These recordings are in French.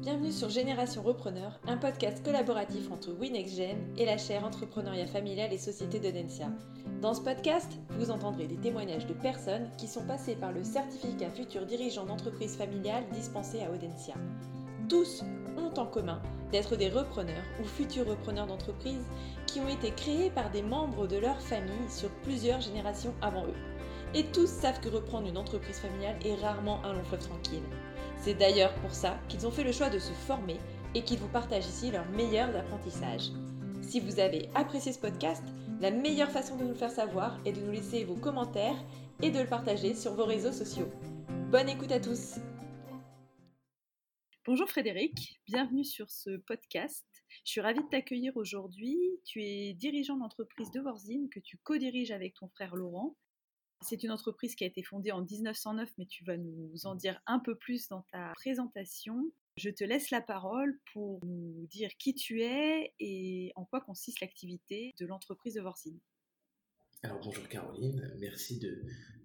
Bienvenue sur Génération Repreneur, un podcast collaboratif entre WeNextGen et la chaire Entrepreneuriat familial et Société d'Audencia. Dans ce podcast, vous entendrez des témoignages de personnes qui sont passées par le certificat futur dirigeant d'entreprise familiale dispensé à Audencia. Tous ont en commun d'être des repreneurs ou futurs repreneurs d'entreprise qui ont été créés par des membres de leur famille sur plusieurs générations avant eux. Et tous savent que reprendre une entreprise familiale est rarement un long fleuve tranquille. C'est d'ailleurs pour ça qu'ils ont fait le choix de se former et qu'ils vous partagent ici leurs meilleurs apprentissages. Si vous avez apprécié ce podcast, la meilleure façon de nous le faire savoir est de nous laisser vos commentaires et de le partager sur vos réseaux sociaux. Bonne écoute à tous! Bonjour Frédéric, bienvenue sur ce podcast. Je suis ravie de t'accueillir aujourd'hui. Tu es dirigeant d'entreprise de Vorzine que tu co-diriges avec ton frère Laurent. C'est une entreprise qui a été fondée en 1909, mais tu vas nous en dire un peu plus dans ta présentation. Je te laisse la parole pour nous dire qui tu es et en quoi consiste l'activité de l'entreprise de Vorzine. Alors bonjour Caroline, merci de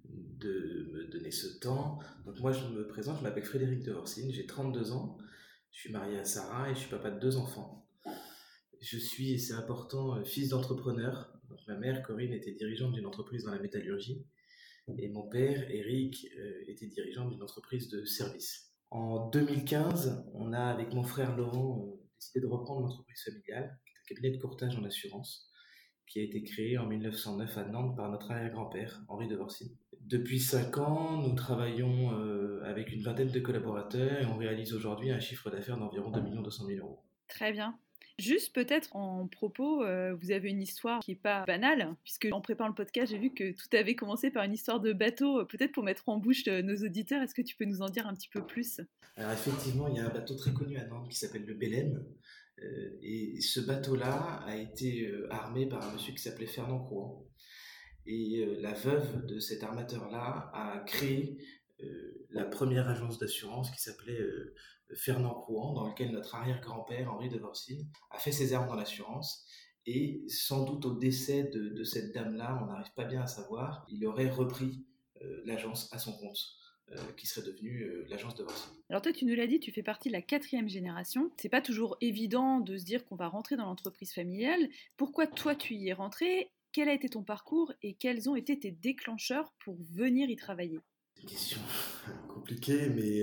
me donner ce temps. Donc moi je me présente, je m'appelle Frédéric de Vorzine, j'ai 32 ans, je suis marié à Sarah et je suis papa de 2 enfants. Je suis, et c'est important, fils d'entrepreneur. Donc ma mère Corinne était dirigeante d'une entreprise dans la métallurgie et mon père Eric était dirigeant d'une entreprise de services. En 2015, on a avec mon frère Laurent décidé de reprendre l'entreprise familiale, qui est un cabinet de courtage en assurance, qui a été créé en 1909 à Nantes par notre arrière-grand-père, Henri de Vorzine. Depuis 5 ans, nous travaillons avec une vingtaine de collaborateurs et on réalise aujourd'hui un chiffre d'affaires d'environ 2 200 000 euros. Très bien. Juste peut-être en propos, vous avez une histoire qui n'est pas banale, puisque en préparant le podcast, j'ai vu que tout avait commencé par une histoire de bateau. Peut-être pour mettre en bouche nos auditeurs, est-ce que tu peux nous en dire un petit peu plus ? Alors effectivement, il y a un bateau très connu à Nantes qui s'appelle le Belém. Et ce bateau-là a été armé par un monsieur qui s'appelait Fernand Crouan. Et la veuve de cet armateur-là a créé la première agence d'assurance qui s'appelait Fernand Crouan, dans laquelle notre arrière-grand-père, Henri de Vorzine, a fait ses armes dans l'assurance. Et sans doute au décès de cette dame-là, on n'arrive pas bien à savoir, il aurait repris l'agence à son compte, qui serait devenue l'agence de Vorzine. Alors toi, tu nous l'as dit, tu fais partie de la 4e génération. C'est pas toujours évident de se dire qu'on va rentrer dans l'entreprise familiale. Pourquoi toi, tu y es rentré ? Quel a été ton parcours et quels ont été tes déclencheurs pour venir y travailler ? C'est une question compliquée, mais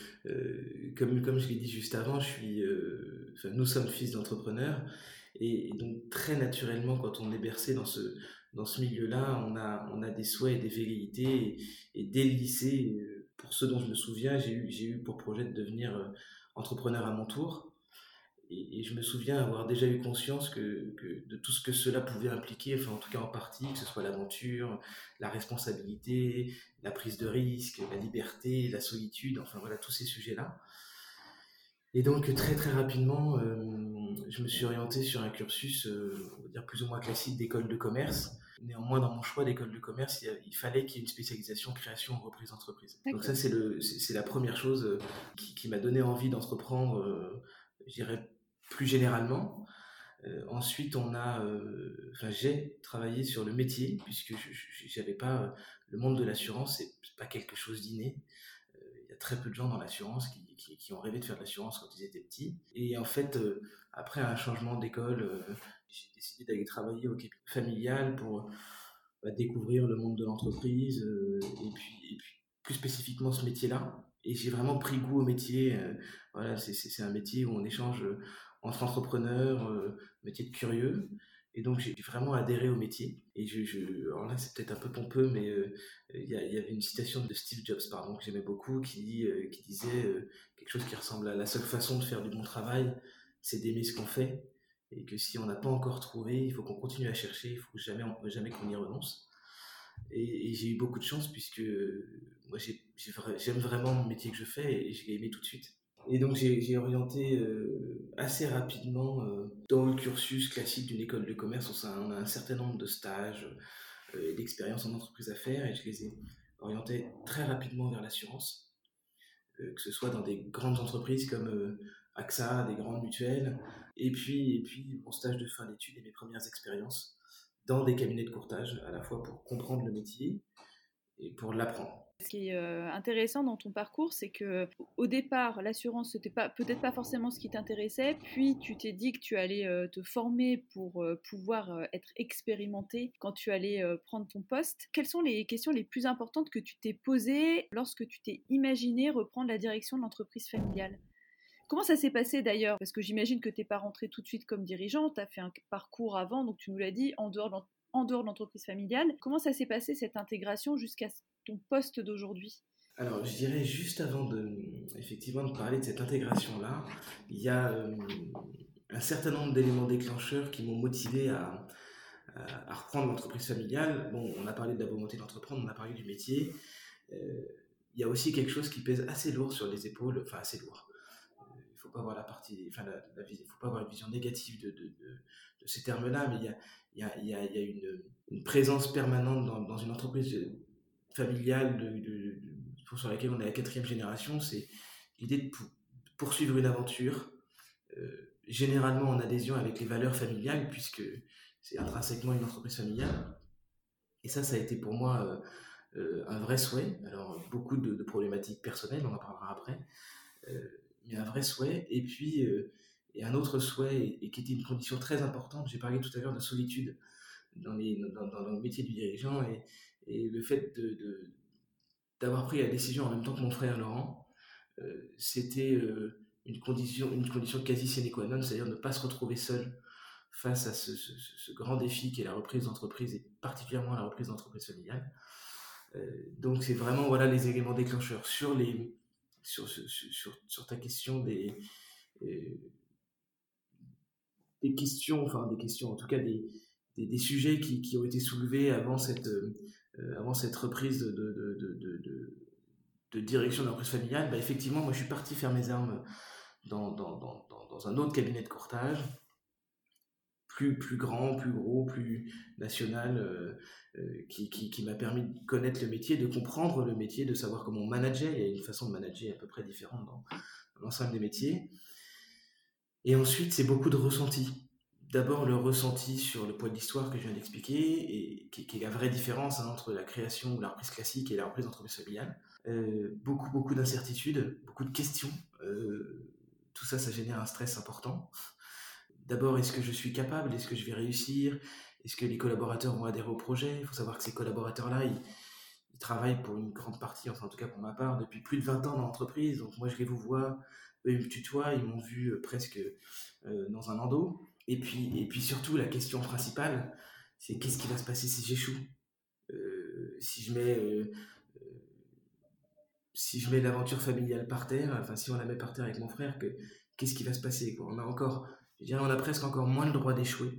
comme je l'ai dit juste avant, nous sommes fils d'entrepreneurs, et donc très naturellement, quand on est bercé dans ce milieu-là, on a des souhaits et des velléités, et dès le lycée, pour ceux dont je me souviens, j'ai eu pour projet de devenir entrepreneur à mon tour. Et je me souviens avoir déjà eu conscience de tout ce que cela pouvait impliquer, enfin en tout cas en partie, que ce soit l'aventure, la responsabilité, la prise de risque, la liberté, la solitude, enfin voilà, tous ces sujets-là. Et donc très très rapidement, je me suis orienté sur un cursus, on va dire plus ou moins classique d'école de commerce. Néanmoins, dans mon choix d'école de commerce, il fallait qu'il y ait une spécialisation création ou reprise d'entreprise. Donc ça, c'est la première chose qui m'a donné envie d'entreprendre, je dirais plus généralement. Ensuite, j'ai travaillé sur le métier, puisque j'avais pas le monde de l'assurance, c'est pas quelque chose d'inné. Il y a très peu de gens dans l'assurance qui ont rêvé de faire de l'assurance quand ils étaient petits. Et en fait, après un changement d'école, j'ai décidé d'aller travailler au cabinet familial pour découvrir le monde de l'entreprise, et puis plus spécifiquement ce métier-là. Et j'ai vraiment pris goût au métier. Voilà, c'est un métier où on échange entre entrepreneurs, métier de curieux. Et donc j'ai vraiment adhéré au métier. Et alors là c'est peut-être un peu pompeux, mais il y avait une citation de Steve Jobs, pardon, que j'aimais beaucoup, qui disait quelque chose qui ressemble à: la seule façon de faire du bon travail, c'est d'aimer ce qu'on fait. Et que si on n'a pas encore trouvé, il faut qu'on continue à chercher, il faut jamais qu'on y renonce. Et j'ai eu beaucoup de chance, puisque moi j'aime vraiment le métier que je fais, et je l'ai aimé tout de suite. Et donc j'ai orienté assez rapidement dans le cursus classique d'une école de commerce. On a un certain nombre de stages et d'expériences en entreprise à faire, et je les ai orientés très rapidement vers l'assurance, que ce soit dans des grandes entreprises comme AXA, des grandes mutuelles, et puis mon stage de fin d'études et mes premières expériences dans des cabinets de courtage, à la fois pour comprendre le métier et pour l'apprendre. Ce qui est intéressant dans ton parcours, c'est que au départ, l'assurance, c'était pas, peut-être pas forcément ce qui t'intéressait, puis tu t'es dit que tu allais te former pour pouvoir être expérimenté quand tu allais prendre ton poste. Quelles sont les questions les plus importantes que tu t'es posées lorsque tu t'es imaginé reprendre la direction de l'entreprise familiale? Comment ça s'est passé d'ailleurs? Parce que j'imagine que tu n'es pas rentré tout de suite comme dirigeant, tu as fait un parcours avant, donc tu nous l'as dit, en dehors de l'entreprise familiale. Comment ça s'est passé cette intégration jusqu'à ton poste d'aujourd'hui? Alors, je dirais juste avant effectivement, de parler de cette intégration-là, il y a un certain nombre d'éléments déclencheurs qui m'ont motivé à reprendre l'entreprise familiale. Bon, on a parlé de la volonté d'entreprendre, on a parlé du métier. Euh, il y a aussi quelque chose qui pèse assez lourd sur les épaules, enfin assez lourd. Il faut pas avoir il faut pas avoir une vision négative de ces termes-là, mais il y a une présence permanente dans une entreprise familiale sur laquelle on est la quatrième génération. C'est l'idée de poursuivre une aventure, généralement en adhésion avec les valeurs familiales, puisque c'est intrinsèquement une entreprise familiale. Et ça a été pour moi un vrai souhait. Alors, beaucoup de problématiques personnelles, on en parlera après, euh, mais un vrai souhait. Et puis, et un autre souhait, et qui était une condition très importante, j'ai parlé tout à l'heure de solitude dans le métier du dirigeant, et le fait d'avoir pris la décision en même temps que mon frère Laurent, c'était une condition quasi sine qua non, c'est-à-dire ne pas se retrouver seul face à ce grand défi qui est la reprise d'entreprise, et particulièrement la reprise d'entreprise familiale. Donc c'est vraiment voilà les éléments déclencheurs sur ta question euh, des questions, en tout cas des sujets qui ont été soulevés avant cette reprise de direction de l'entreprise familiale. Bah, effectivement, moi je suis parti faire mes armes dans un autre cabinet de courtage, plus grand, plus gros, plus national, qui m'a permis de connaître le métier, de comprendre le métier, de savoir comment on manageait. Il y a une façon de manager à peu près différente dans l'ensemble des métiers. Et ensuite, c'est beaucoup de ressenti. D'abord, le ressenti sur le poids de l'histoire que je viens d'expliquer, et qui est la vraie différence entre la création ou la reprise classique et la reprise d'entreprise familiale. Beaucoup d'incertitudes, beaucoup de questions. Tout ça, ça génère un stress important. D'abord, est-ce que je suis capable? Est-ce que je vais réussir? Est-ce que les collaborateurs vont adhérer au projet? Il faut savoir que ces collaborateurs-là, ils travaillent pour une grande partie, enfin en tout cas pour ma part, depuis plus de 20 ans dans l'entreprise. Donc moi, je les vous vois, eux, ils me tutoient, ils m'ont vu presque dans un landau. Et puis surtout, la question principale, c'est qu'est-ce qui va se passer si j'échoue? Si je mets... si je mets l'aventure familiale par terre, enfin si on la met par terre avec mon frère, qu'est-ce qui va se passer, quoi? Je dirais, on a presque encore moins le droit d'échouer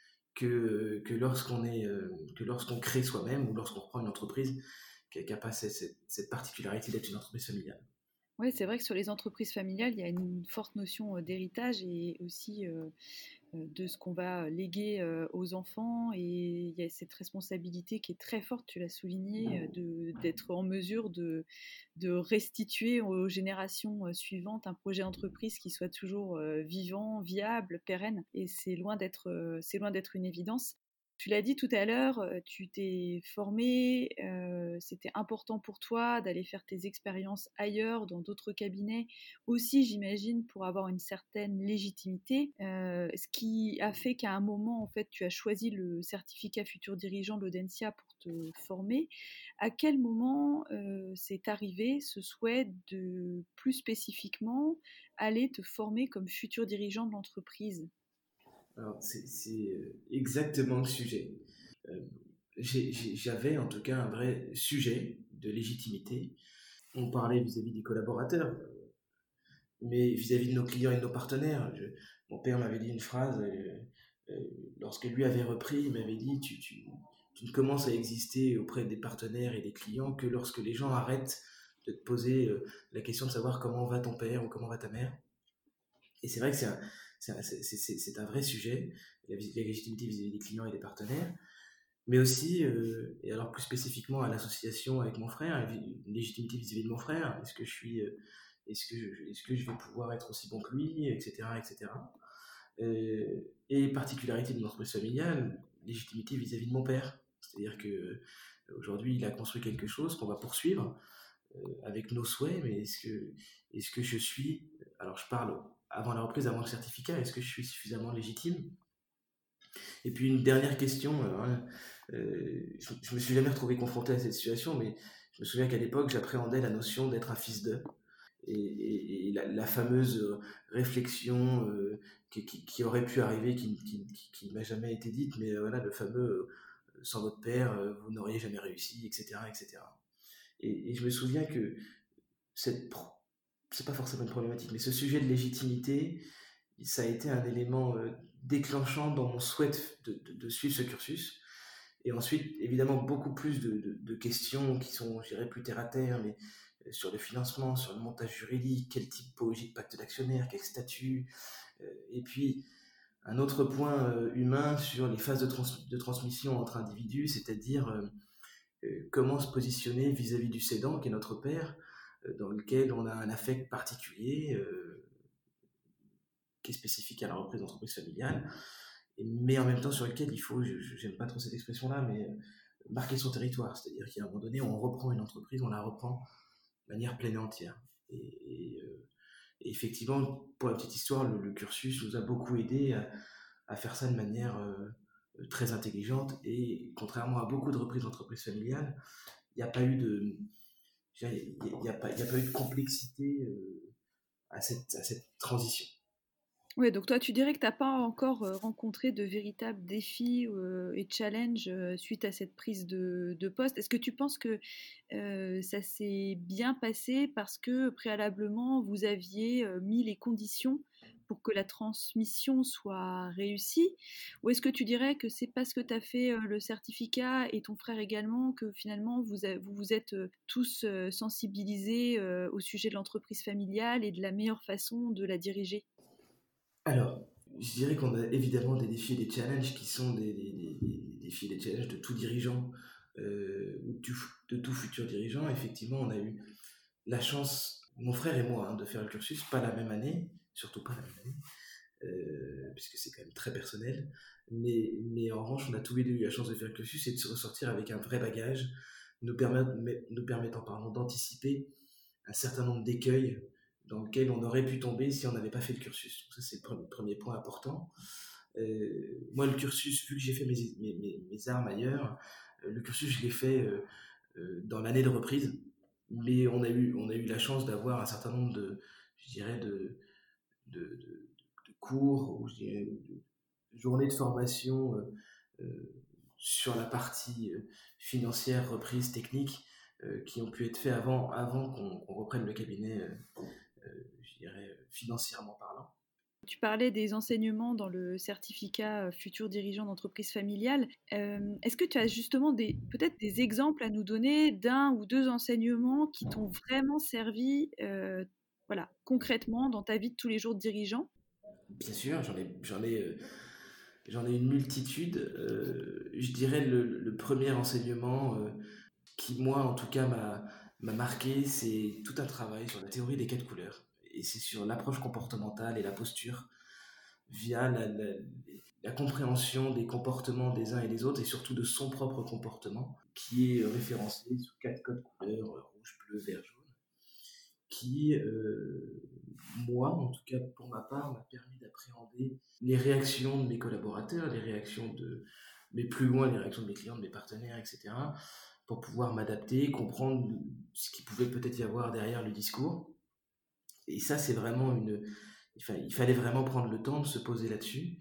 que lorsqu'on crée soi-même, ou lorsqu'on reprend une entreprise qui n'a pas cette particularité d'être une entreprise familiale. Oui, c'est vrai que sur les entreprises familiales, il y a une forte notion d'héritage et aussi de ce qu'on va léguer aux enfants. Et il y a cette responsabilité qui est très forte, tu l'as souligné, d'être en mesure de restituer aux générations suivantes un projet d'entreprise qui soit toujours vivant, viable, pérenne. Et c'est loin d'être une évidence. Tu l'as dit tout à l'heure, tu t'es formé, c'était important pour toi d'aller faire tes expériences ailleurs, dans d'autres cabinets, aussi j'imagine pour avoir une certaine légitimité, ce qui a fait qu'à un moment, en fait, tu as choisi le certificat futur dirigeant de l'Audencia pour te former. À quel moment c'est arrivé ce souhait de, plus spécifiquement, aller te former comme futur dirigeant de l'entreprise? Alors, c'est exactement le sujet. Euh, J'avais en tout cas un vrai sujet de légitimité. On parlait vis-à-vis des collaborateurs, mais vis-à-vis de nos clients et de nos partenaires. Mon père m'avait dit une phrase, lorsque lui avait repris, il m'avait dit, tu ne commences à exister auprès des partenaires et des clients que lorsque les gens arrêtent de te poser la question de savoir comment va ton père ou comment va ta mère. Et c'est vrai que c'est un vrai sujet, la légitimité vis-à-vis des clients et des partenaires, mais aussi, et alors plus spécifiquement à l'association avec mon frère, une légitimité vis-à-vis de mon frère. Est-ce que je vais pouvoir être aussi bon que lui, etc., etc. Et particularité de notre entreprise familiale, légitimité vis-à-vis de mon père. C'est-à-dire que Aujourd'hui, il a construit quelque chose qu'on va poursuivre avec nos souhaits, mais est-ce que je suis, alors je parle avant la reprise, avant le certificat, est-ce que je suis suffisamment légitime? Et puis une dernière question, je me suis jamais retrouvé confronté à cette situation, mais je me souviens qu'à l'époque, j'appréhendais la notion d'être un fils d'eux. Et la fameuse réflexion qui aurait pu arriver, qui ne m'a jamais été dite, mais voilà, le fameux sans votre père, vous n'auriez jamais réussi, etc. etc. Et je me souviens que c'est pas forcément une problématique, mais ce sujet de légitimité, ça a été un élément déclenchant dans mon souhait de suivre ce cursus. Et ensuite, évidemment, beaucoup plus de questions qui sont, je dirais, plus terre à terre, mais sur le financement, sur le montage juridique, quel typologie de pacte d'actionnaire, quel statut, et puis un autre point humain sur les phases de transmission entre individus, c'est-à-dire comment se positionner vis-à-vis du cédant, qui est notre père, dans lequel on a un affect particulier, qui est spécifique à la reprise d'entreprise familiale, mais en même temps sur lequel il faut, j'aime pas trop cette expression-là, mais marquer son territoire, c'est-à-dire qu'à un moment donné, on reprend une entreprise, on la reprend de manière pleine et entière. Et effectivement, pour la petite histoire, le cursus nous a beaucoup aidé à faire ça de manière très intelligente, et contrairement à beaucoup de reprises d'entreprises familiales, il n'y a pas eu de, il y a pas eu de complexité à cette transition. Ouais, donc toi, tu dirais que tu n'as pas encore rencontré de véritables défis et challenges suite à cette prise de poste. Est-ce que tu penses que ça s'est bien passé parce que préalablement, vous aviez mis les conditions pour que la transmission soit réussie? Ou est-ce que tu dirais que c'est parce que tu as fait le certificat et ton frère également que finalement vous êtes tous sensibilisés au sujet de l'entreprise familiale et de la meilleure façon de la diriger? Alors, je dirais qu'on a évidemment des défis et des challenges qui sont des défis et des challenges de tout dirigeant ou de tout futur dirigeant. Effectivement, on a eu la chance, mon frère et moi, de faire le cursus, pas la même année, surtout pas la même année, puisque c'est quand même très personnel. Mais en revanche, on a tous les deux eu la chance de faire le cursus et de se ressortir avec un vrai bagage, nous permettant d'anticiper un certain nombre d'écueils dans lesquels on aurait pu tomber si on n'avait pas fait le cursus. Donc ça, c'est le premier point important. Moi, le cursus, vu que j'ai fait mes armes ailleurs, le cursus, je l'ai fait dans l'année de reprise, mais on a eu la chance d'avoir un certain nombre je dirais, de cours, ou je dirais, de journées de formation sur la partie financière, reprise, technique, qui ont pu être faits avant qu'on reprenne le cabinet, je dirais, financièrement parlant. Tu parlais des enseignements dans le certificat futur dirigeant d'entreprise familiale. Est-ce que tu as justement peut-être des exemples à nous donner d'un ou deux enseignements qui t'ont vraiment servi voilà, concrètement dans ta vie de tous les jours de dirigeant? Bien sûr, j'en ai une multitude. Je dirais le premier enseignement qui, moi, en tout cas, m'a marqué, c'est tout un travail sur la théorie des 4 couleurs. Et c'est sur l'approche comportementale et la posture via la compréhension des comportements des uns et des autres, et surtout de son propre comportement, qui est référencé sous 4 codes couleurs, rouge, bleu, vert, jaune, qui, moi, en tout cas pour ma part, m'a permis d'appréhender les réactions de mes collaborateurs, mais plus loin, les réactions de mes clients, de mes partenaires, etc., pour pouvoir m'adapter, comprendre ce qu'il pouvait peut-être y avoir derrière le discours. Et ça, c'est vraiment il fallait vraiment prendre le temps de se poser là-dessus.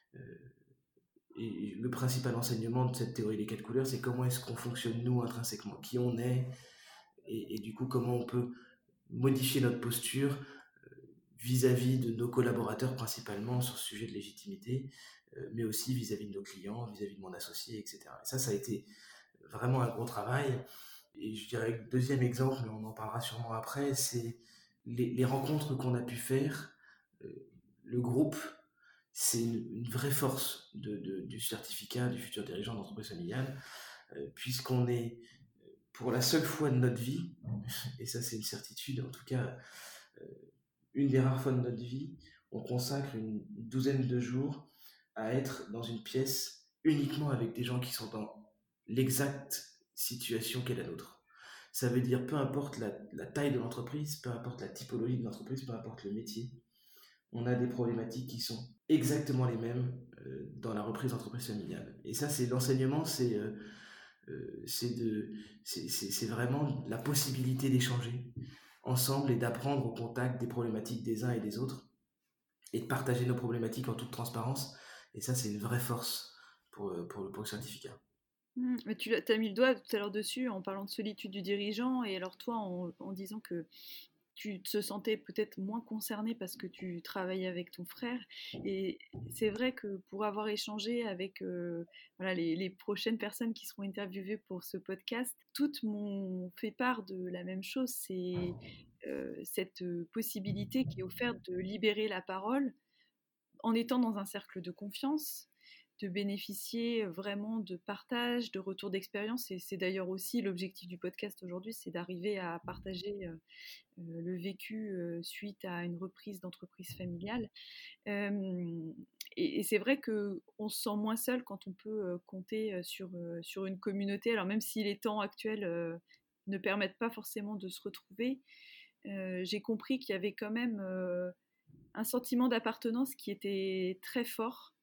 Et le principal enseignement de cette théorie des 4 couleurs, c'est comment est-ce qu'on fonctionne nous intrinsèquement, qui on est, et du coup comment on peut modifier notre posture vis-à-vis de nos collaborateurs principalement sur ce sujet de légitimité, mais aussi vis-à-vis de nos clients, vis-à-vis de mon associé, etc. Et ça a été vraiment un gros travail. Et je dirais que le deuxième exemple, mais on en parlera sûrement après, c'est les rencontres qu'on a pu faire. Le groupe, c'est une vraie force du certificat du futur dirigeant d'entreprise familiale, puisqu'on est, pour la seule fois de notre vie, et ça c'est une certitude, en tout cas une des rares fois de notre vie, on consacre une douzaine de jours à être dans une pièce uniquement avec des gens qui sont dans l'exact situation qu'est la nôtre. Ça veut dire peu importe la taille de l'entreprise, peu importe la typologie de l'entreprise, peu importe le métier, on a des problématiques qui sont exactement les mêmes dans la reprise d'entreprise familiale. Et ça, c'est l'enseignement, c'est vraiment la possibilité d'échanger ensemble et d'apprendre au contact des problématiques des uns et des autres et de partager nos problématiques en toute transparence. Et ça, c'est une vraie force pour le certificat. Mais tu as mis le doigt tout à l'heure dessus en parlant de solitude du dirigeant et alors toi en disant que tu te sentais peut-être moins concerné parce que tu travaillais avec ton frère. Et c'est vrai que pour avoir échangé avec voilà, les prochaines personnes qui seront interviewées pour ce podcast, toutes m'ont fait part de la même chose, c'est cette possibilité qui est offerte de libérer la parole en étant dans un cercle de confiance, de bénéficier vraiment de partage, de retour d'expérience. Et c'est d'ailleurs aussi l'objectif du podcast aujourd'hui, c'est d'arriver à partager le vécu suite à une reprise d'entreprise familiale. Et c'est vrai qu'on se sent moins seul quand on peut compter sur une communauté. Alors même si les temps actuels ne permettent pas forcément de se retrouver, j'ai compris qu'il y avait quand même un sentiment d'appartenance qui était très fort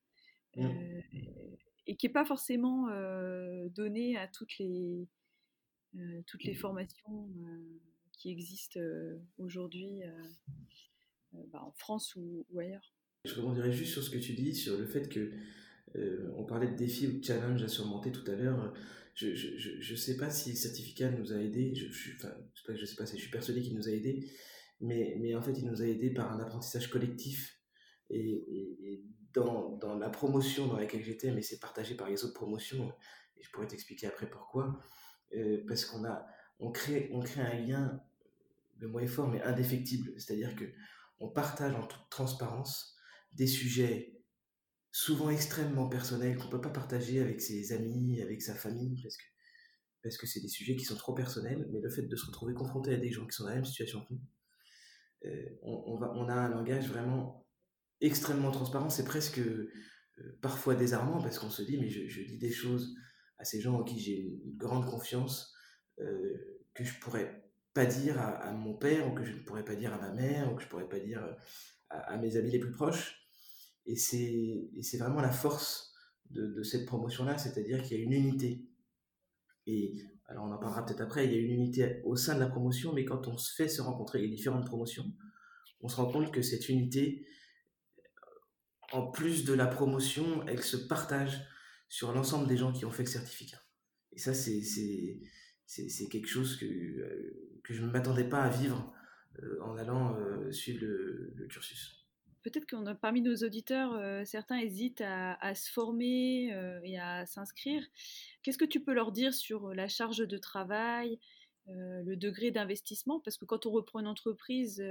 et qui n'est pas forcément donné à toutes les formations qui existent aujourd'hui en France ou ailleurs. Je rebondirais juste sur ce que tu dis, sur le fait que on parlait de défis ou de challenges à surmonter tout à l'heure. Je sais pas si le certificat nous a aidés. Je sais pas si je suis persuadé qu'il nous a aidés, mais en fait, il nous a aidés par un apprentissage collectif. Et dans la promotion dans laquelle j'étais, mais c'est partagé par les autres promotions, et je pourrais t'expliquer après pourquoi, parce on crée un lien, le mot est fort, mais indéfectible. C'est-à-dire que on partage en toute transparence des sujets souvent extrêmement personnels qu'on ne peut pas partager avec ses amis, avec sa famille, parce que c'est des sujets qui sont trop personnels, mais le fait de se retrouver confronté à des gens qui sont dans la même situation que nous, on a un langage vraiment extrêmement transparent, c'est presque parfois désarmant, parce qu'on se dit, mais je dis des choses à ces gens en qui j'ai une grande confiance, que je pourrais pas dire à mon père, ou que je ne pourrais pas dire à ma mère, ou que je pourrais pas dire à mes amis les plus proches. Et c'est vraiment la force de cette promotion-là, c'est-à-dire qu'il y a une unité. Et alors on en parlera peut-être après, il y a une unité au sein de la promotion, mais quand on se fait se rencontrer les différentes promotions, on se rend compte que cette unité, en plus de la promotion, elle se partage sur l'ensemble des gens qui ont fait le certificat. Et ça, c'est quelque chose que je ne m'attendais pas à vivre en allant suivre le cursus. Peut-être qu'on parmi nos auditeurs, certains hésitent à se former et à s'inscrire. Qu'est-ce que tu peux leur dire sur la charge de travail, le degré d'investissement? Parce que quand on reprend une entreprise,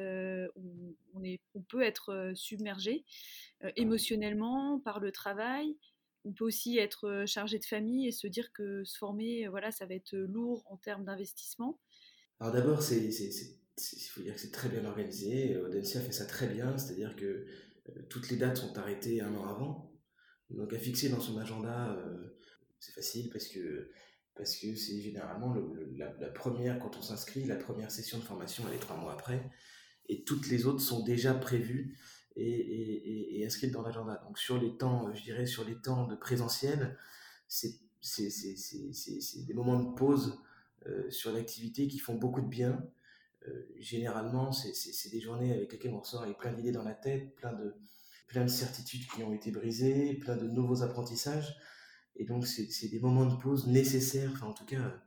on peut être submergé émotionnellement par le travail. On peut aussi être chargé de famille et se dire que se former, voilà, ça va être lourd en termes d'investissement. Alors d'abord, il faut dire que c'est très bien organisé. Audencia fait ça très bien, c'est-à-dire que toutes les dates sont arrêtées un an avant. Donc à fixer dans son agenda, c'est facile parce que c'est généralement la première, quand on s'inscrit, la première session de formation, elle est 3 mois après. Et toutes les autres sont déjà prévues et inscrites dans l'agenda. Donc sur les temps, je dirais sur les temps de présentiel, c'est des moments de pause sur l'activité qui font beaucoup de bien. Généralement, c'est des journées avec lesquelles on ressort avec plein d'idées dans la tête, plein de certitudes qui ont été brisées, plein de nouveaux apprentissages. Et donc, c'est des moments de pause nécessaires, enfin en tout cas,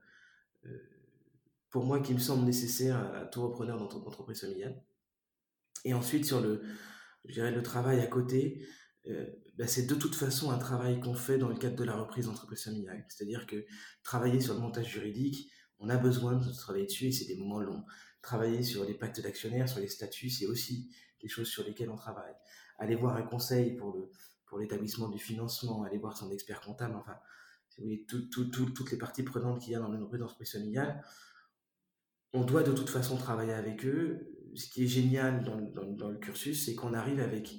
pour moi, qui me semblent nécessaires à tout repreneur d'entreprise familiale. Et ensuite, sur je dirais, le travail à côté, c'est de toute façon un travail qu'on fait dans le cadre de la reprise d'entreprise familiale. C'est-à-dire que travailler sur le montage juridique, on a besoin de travailler dessus et c'est des moments longs. Travailler sur les pactes d'actionnaires, sur les statuts, c'est aussi des choses sur lesquelles on travaille. Aller voir un conseil pour l'établissement du financement, aller voir son expert comptable, enfin, si vous voulez, toutes les parties prenantes qu'il y a dans une reprise d'entreprise familiale, on doit de toute façon travailler avec eux. Ce qui est génial dans le cursus, c'est qu'on arrive avec,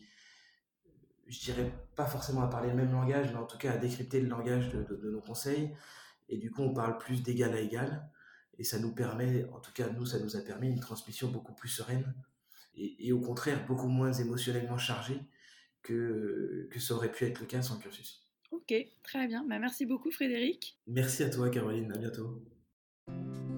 je dirais pas forcément à parler le même langage, mais en tout cas à décrypter le langage de nos conseils Et du coup, on parle plus d'égal à égal. Et ça nous permet, en tout cas, nous, ça nous a permis une transmission beaucoup plus sereine et au contraire, beaucoup moins émotionnellement chargée que ça aurait pu être le cas sans le cursus. Ok, très bien. Bah, merci beaucoup Frédéric. Merci à toi, Caroline. À bientôt.